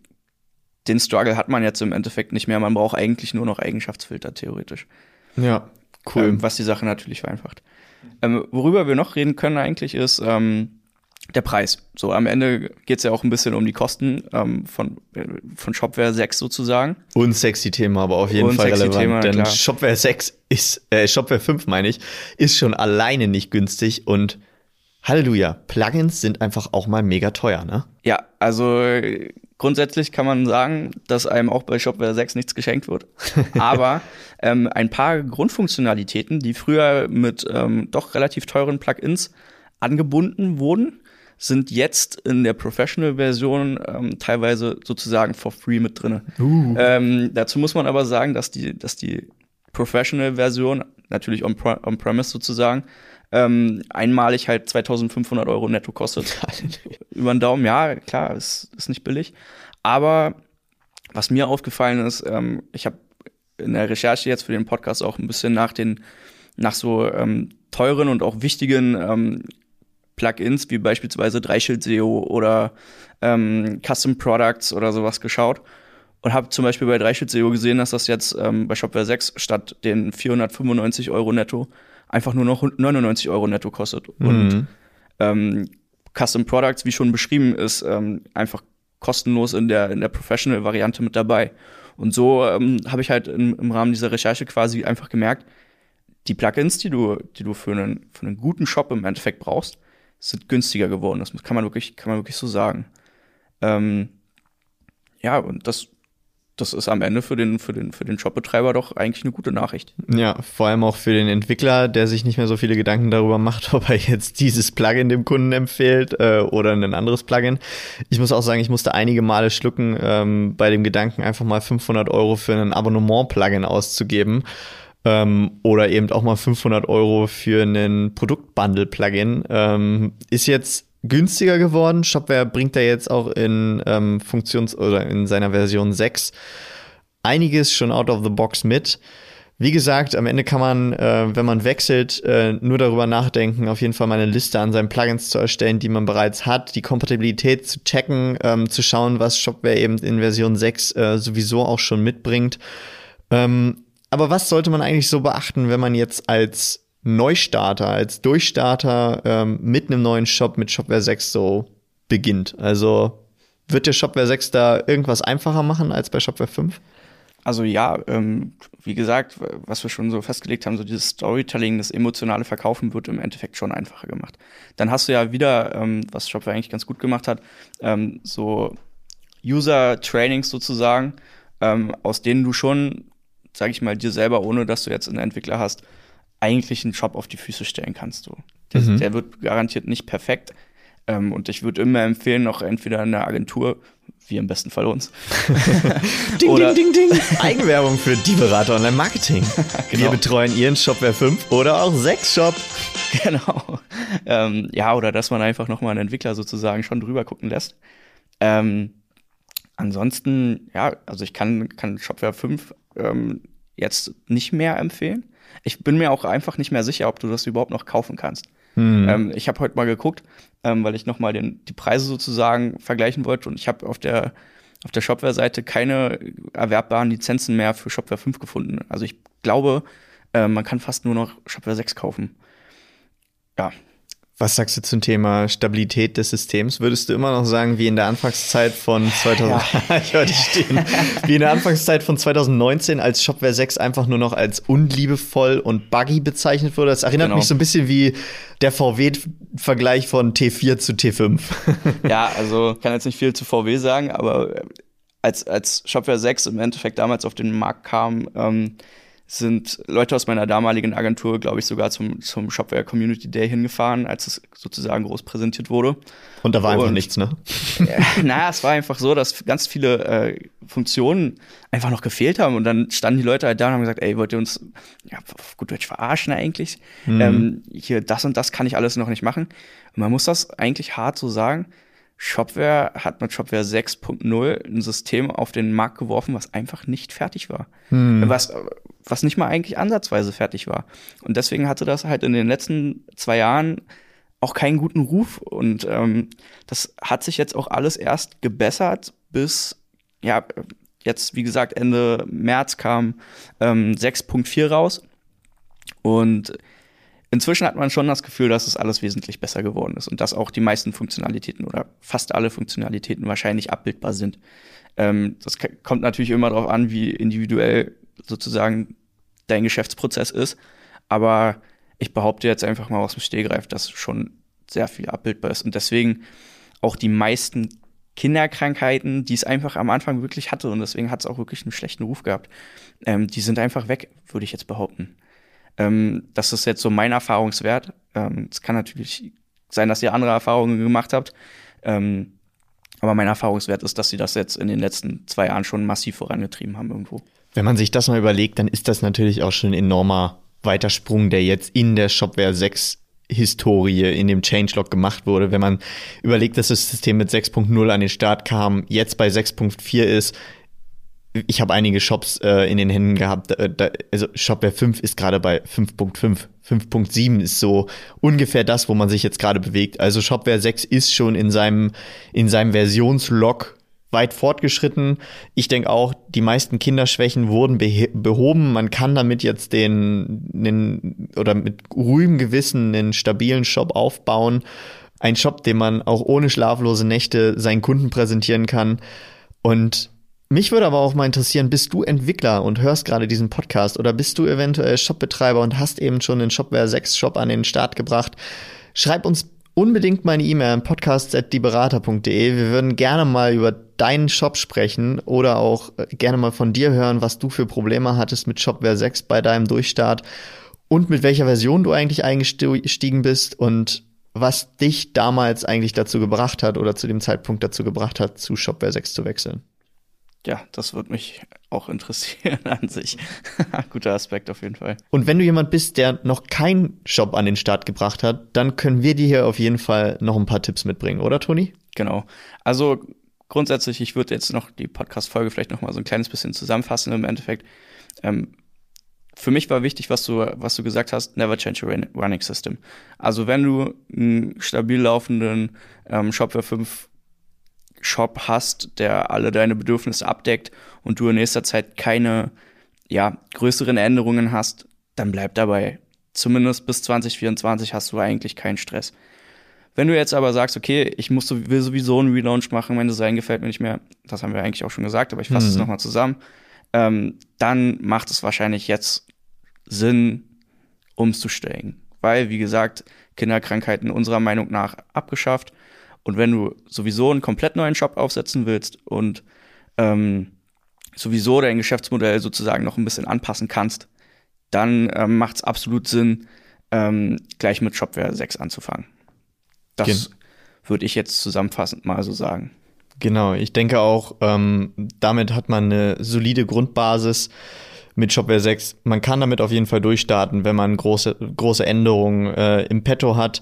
den Struggle hat man jetzt im Endeffekt nicht mehr, man braucht eigentlich nur noch Eigenschaftsfilter theoretisch. Ja, cool. Ähm, was die Sache natürlich vereinfacht. Ähm, worüber wir noch reden können eigentlich ist ähm, der Preis. So, am Ende geht es ja auch ein bisschen um die Kosten ähm, von, äh, von Shopware sechs sozusagen. Unsexy Thema, aber auf jeden Fall relevant. Thema, denn klar. Shopware sechs ist, äh, Shopware fünf meine ich, ist schon alleine nicht günstig und Halleluja, Plugins sind einfach auch mal mega teuer, ne? Ja, also grundsätzlich kann man sagen, dass einem auch bei Shopware sechs nichts geschenkt wird. Aber ähm, ein paar Grundfunktionalitäten, die früher mit ähm, doch relativ teuren Plugins angebunden wurden, sind jetzt in der Professional-Version ähm, teilweise sozusagen for free mit drin. Uh. Ähm, dazu muss man aber sagen, dass die, dass die Professional-Version, natürlich on-premise on sozusagen, ähm, einmalig halt zweitausendfünfhundert Euro netto kostet. Über den Daumen, ja, klar, ist, ist nicht billig. Aber was mir aufgefallen ist, ähm, ich habe in der Recherche jetzt für den Podcast auch ein bisschen nach den, nach so ähm, teuren und auch wichtigen ähm, Plugins, wie beispielsweise Dreischild S E O oder ähm, Custom Products oder sowas geschaut. Und habe zum Beispiel bei Dreischild S E O gesehen, dass das jetzt ähm, bei Shopware sechs statt den vierhundertfünfundneunzig Euro netto einfach nur noch neunundneunzig Euro netto kostet. Mhm. Und ähm, Custom Products, wie schon beschrieben, ist ähm, einfach kostenlos in der, in der Professional-Variante mit dabei. Und so ähm, habe ich halt im, im Rahmen dieser Recherche quasi einfach gemerkt, die Plugins, die du, die du für einen, für einen guten Shop im Endeffekt brauchst, sind günstiger geworden. Das kann man wirklich, kann man wirklich so sagen. Ähm, ja, und das Das ist am Ende für den, für den, für den Shopbetreiber doch eigentlich eine gute Nachricht. Ja, vor allem auch für den Entwickler, der sich nicht mehr so viele Gedanken darüber macht, ob er jetzt dieses Plugin dem Kunden empfiehlt äh, oder ein anderes Plugin. Ich muss auch sagen, ich musste einige Male schlucken ähm, bei dem Gedanken, einfach mal fünfhundert Euro für ein Abonnement-Plugin auszugeben. Ähm, oder eben auch mal fünfhundert Euro für einen Produktbundle-Plugin. Ähm, ist jetzt günstiger geworden. Shopware bringt da jetzt auch in ähm, Funktions- oder in seiner Version sechs einiges schon out of the box mit. Wie gesagt, am Ende kann man, äh, wenn man wechselt, äh, nur darüber nachdenken, auf jeden Fall mal eine Liste an seinen Plugins zu erstellen, die man bereits hat, die Kompatibilität zu checken, ähm, zu schauen, was Shopware eben in Version sechs äh, sowieso auch schon mitbringt. Ähm, aber was sollte man eigentlich so beachten, wenn man jetzt als Neustarter, als Durchstarter ähm, mit einem neuen Shop mit Shopware sechs so beginnt? Also wird der Shopware sechs da irgendwas einfacher machen als bei Shopware fünf? Also ja, ähm, wie gesagt, was wir schon so festgelegt haben, so dieses Storytelling, das emotionale Verkaufen wird im Endeffekt schon einfacher gemacht. Dann hast du ja wieder, ähm, was Shopware eigentlich ganz gut gemacht hat, ähm, so User-Trainings sozusagen, ähm, aus denen du schon, sag ich mal, dir selber, ohne dass du jetzt einen Entwickler hast, eigentlich einen Shop auf die Füße stellen kannst. So. Der, mhm. der wird garantiert nicht perfekt. Ähm, und ich würde immer empfehlen, auch entweder eine Agentur, wie im besten Fall uns. ding, oder ding, ding, ding. Eigenwerbung für die Berater Online-Marketing. Genau. Wir betreuen Ihren Shopware fünf oder auch sechs Shop. Genau. Ähm, ja, oder dass man einfach nochmal einen Entwickler sozusagen schon drüber gucken lässt. Ähm, ansonsten, ja, also ich kann, kann Shopware fünf ähm, jetzt nicht mehr empfehlen. Ich bin mir auch einfach nicht mehr sicher, ob du das überhaupt noch kaufen kannst. Hm. Ähm, ich habe heute mal geguckt, ähm, weil ich noch mal den, die Preise sozusagen vergleichen wollte. Und ich habe auf der, auf der Shopware-Seite keine erwerbbaren Lizenzen mehr für Shopware fünf gefunden. Also ich glaube, äh, man kann fast nur noch Shopware sechs kaufen. Ja. Was sagst du zum Thema Stabilität des Systems? Würdest du immer noch sagen, wie in der Anfangszeit von zweitausend, ja. ich höre dich stehen, wie in der Anfangszeit von zweitausendneunzehn, als Shopware sechs einfach nur noch als unliebevoll und buggy bezeichnet wurde? Das erinnert genau. mich so ein bisschen wie der V W-Vergleich von T vier zu T fünf. Ja, also kann jetzt nicht viel zu V W sagen, aber als, als Shopware sechs im Endeffekt damals auf den Markt kam, ähm, sind Leute aus meiner damaligen Agentur, glaube ich, sogar zum, zum Shopware Community Day hingefahren, als es sozusagen groß präsentiert wurde. Und da war einfach Und, nichts, ne? äh, naja, es war einfach so, dass ganz viele äh, Funktionen einfach noch gefehlt haben. Und dann standen die Leute halt da und haben gesagt, ey, wollt ihr uns ja, auf gut Deutsch verarschen eigentlich? Mhm. Ähm, hier, das und das kann ich alles noch nicht machen. Und man muss das eigentlich hart so sagen. Shopware hat mit Shopware sechs Punkt null ein System auf den Markt geworfen, was einfach nicht fertig war. Hm. Was, was nicht mal eigentlich ansatzweise fertig war. Und deswegen hatte das halt in den letzten zwei Jahren auch keinen guten Ruf. Und ähm, das hat sich jetzt auch alles erst gebessert, bis, ja, jetzt, wie gesagt, Ende März kam ähm, sechs Punkt vier raus. Und inzwischen hat man schon das Gefühl, dass es alles wesentlich besser geworden ist und dass auch die meisten Funktionalitäten oder fast alle Funktionalitäten wahrscheinlich abbildbar sind. Ähm, das k- kommt natürlich immer darauf an, wie individuell sozusagen dein Geschäftsprozess ist. Aber ich behaupte jetzt einfach mal aus dem Stegreif, dass schon sehr viel abbildbar ist. Und deswegen auch die meisten Kinderkrankheiten, die es einfach am Anfang wirklich hatte, und deswegen hat es auch wirklich einen schlechten Ruf gehabt, ähm, die sind einfach weg, würde ich jetzt behaupten. Ähm, das ist jetzt so mein Erfahrungswert. Ähm, es kann natürlich sein, dass ihr andere Erfahrungen gemacht habt. Ähm, aber mein Erfahrungswert ist, dass sie das jetzt in den letzten zwei Jahren schon massiv vorangetrieben haben irgendwo. Wenn man sich das mal überlegt, dann ist das natürlich auch schon ein enormer Weitersprung, der jetzt in der Shopware sechs Historie in dem Changelog gemacht wurde. Wenn man überlegt, dass das System mit sechs Punkt null an den Start kam, jetzt bei sechs Punkt vier ist. Ich habe einige Shops äh, in den Händen gehabt. Äh, da, also Shopware fünf ist gerade bei fünf Punkt fünf. fünf Punkt sieben ist so ungefähr das, wo man sich jetzt gerade bewegt. Also Shopware sechs ist schon in seinem, in seinem Versionslog weit fortgeschritten. Ich denke auch, die meisten Kinderschwächen wurden behe- behoben. Man kann damit jetzt den, den oder mit ruhigem Gewissen einen stabilen Shop aufbauen. Ein Shop, den man auch ohne schlaflose Nächte seinen Kunden präsentieren kann. Und mich würde aber auch mal interessieren, bist du Entwickler und hörst gerade diesen Podcast oder bist du eventuell Shopbetreiber und hast eben schon den Shopware sechs Shop an den Start gebracht? Schreib uns unbedingt meine E-Mail an podcast at dieberater punkt de. Wir würden gerne mal über deinen Shop sprechen oder auch gerne mal von dir hören, was du für Probleme hattest mit Shopware sechs bei deinem Durchstart und mit welcher Version du eigentlich eingestiegen bist und was dich damals eigentlich dazu gebracht hat oder zu dem Zeitpunkt dazu gebracht hat, zu Shopware sechs zu wechseln. Ja, das würde mich auch interessieren an sich. Guter Aspekt auf jeden Fall. Und wenn du jemand bist, der noch keinen Shop an den Start gebracht hat, dann können wir dir hier auf jeden Fall noch ein paar Tipps mitbringen, oder Toni? Genau. Also grundsätzlich, ich würde jetzt noch die Podcast-Folge vielleicht noch mal so ein kleines bisschen zusammenfassen im Endeffekt. Ähm, für mich war wichtig, was du, was du gesagt hast, never change your running system. Also wenn du einen stabil laufenden ähm, Shopware fünf Shop hast, der alle deine Bedürfnisse abdeckt und du in nächster Zeit keine ja, größeren Änderungen hast, dann bleib dabei. Zumindest bis zwanzig vierundzwanzig hast du eigentlich keinen Stress. Wenn du jetzt aber sagst, okay, ich muss so, will sowieso einen Relaunch machen, mein Design gefällt mir nicht mehr, das haben wir eigentlich auch schon gesagt, aber ich fasse es Mhm. nochmal zusammen, ähm, dann macht es wahrscheinlich jetzt Sinn, umzusteigen. Weil, wie gesagt, Kinderkrankheiten unserer Meinung nach abgeschafft. Und wenn du sowieso einen komplett neuen Shop aufsetzen willst und ähm, sowieso dein Geschäftsmodell sozusagen noch ein bisschen anpassen kannst, dann ähm, macht es absolut Sinn, ähm, gleich mit Shopware sechs anzufangen. Das Gen- würde ich jetzt zusammenfassend mal so sagen. Genau, ich denke auch, ähm, damit hat man eine solide Grundbasis mit Shopware sechs. Man kann damit auf jeden Fall durchstarten, wenn man große, große Änderungen äh, im Petto hat.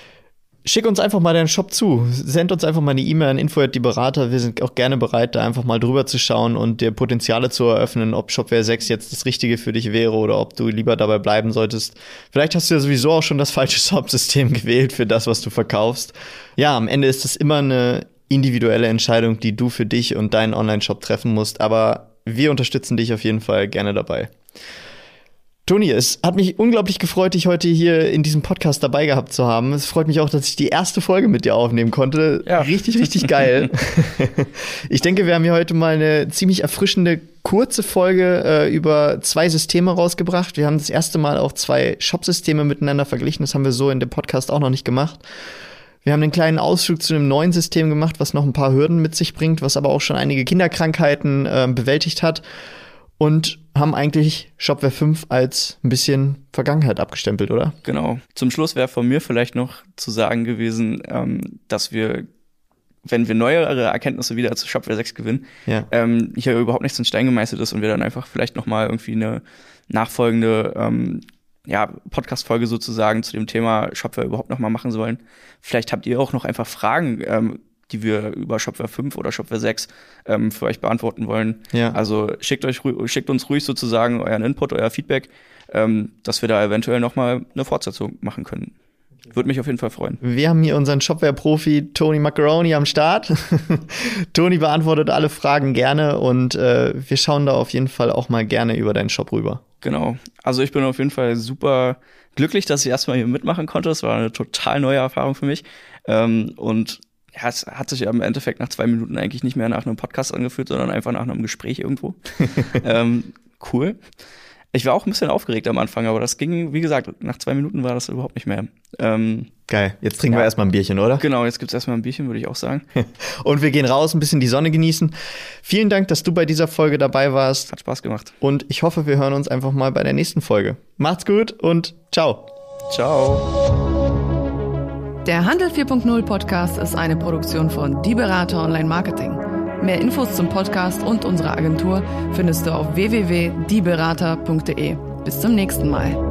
Schick uns einfach mal deinen Shop zu. Send uns einfach mal eine E-Mail an info at dieberater. Wir sind auch gerne bereit, da einfach mal drüber zu schauen und dir Potenziale zu eröffnen, ob Shopware sechs jetzt das Richtige für dich wäre oder ob du lieber dabei bleiben solltest. Vielleicht hast du ja sowieso auch schon das falsche Shop-System gewählt für das, was du verkaufst. Ja, am Ende ist es immer eine individuelle Entscheidung, die du für dich und deinen Online-Shop treffen musst. Aber wir unterstützen dich auf jeden Fall gerne dabei. Toni, es hat mich unglaublich gefreut, dich heute hier in diesem Podcast dabei gehabt zu haben. Es freut mich auch, dass ich die erste Folge mit dir aufnehmen konnte. Ja. Richtig, richtig geil. Ich denke, wir haben hier heute mal eine ziemlich erfrischende, kurze Folge äh, über zwei Systeme rausgebracht. Wir haben das erste Mal auch zwei Shop-Systeme miteinander verglichen. Das haben wir so in dem Podcast auch noch nicht gemacht. Wir haben einen kleinen Ausflug zu einem neuen System gemacht, was noch ein paar Hürden mit sich bringt, was aber auch schon einige Kinderkrankheiten äh, bewältigt hat. Und haben eigentlich Shopware fünf als ein bisschen Vergangenheit abgestempelt, oder? Genau. Zum Schluss wäre von mir vielleicht noch zu sagen gewesen, ähm, dass wir, wenn wir neuere Erkenntnisse wieder zu Shopware sechs gewinnen, Ja. ähm, hier überhaupt nichts in Stein gemeißelt ist und wir dann einfach vielleicht noch mal irgendwie eine nachfolgende ähm, ja, Podcast-Folge sozusagen zu dem Thema Shopware überhaupt noch mal machen sollen. Vielleicht habt ihr auch noch einfach Fragen, ähm, die wir über Shopware fünf oder Shopware sechs ähm, für euch beantworten wollen. Ja. Also schickt euch ru- schickt uns ruhig sozusagen euren Input, euer Feedback, ähm, dass wir da eventuell noch mal eine Fortsetzung machen können. Würde mich auf jeden Fall freuen. Wir haben hier unseren Shopware-Profi Tony Macaroni am Start. Tony beantwortet alle Fragen gerne und äh, wir schauen da auf jeden Fall auch mal gerne über deinen Shop rüber. Genau. Also ich bin auf jeden Fall super glücklich, dass ich erstmal hier mitmachen konnte. Das war eine total neue Erfahrung für mich. Ähm, und ja, es hat sich im Endeffekt nach zwei Minuten eigentlich nicht mehr nach einem Podcast angefühlt, sondern einfach nach einem Gespräch irgendwo. ähm, cool. Ich war auch ein bisschen aufgeregt am Anfang, aber das ging, wie gesagt, nach zwei Minuten war das überhaupt nicht mehr. Ähm, Geil, jetzt trinken ja. wir erstmal ein Bierchen, oder? Genau, jetzt gibt's erstmal ein Bierchen, würde ich auch sagen. Und wir gehen raus, ein bisschen die Sonne genießen. Vielen Dank, dass du bei dieser Folge dabei warst. Hat Spaß gemacht. Und ich hoffe, wir hören uns einfach mal bei der nächsten Folge. Macht's gut und ciao. Ciao. Der Handel vier Punkt null Podcast ist eine Produktion von Die Berater Online Marketing. Mehr Infos zum Podcast und unserer Agentur findest du auf w w w punkt die berater punkt de. Bis zum nächsten Mal.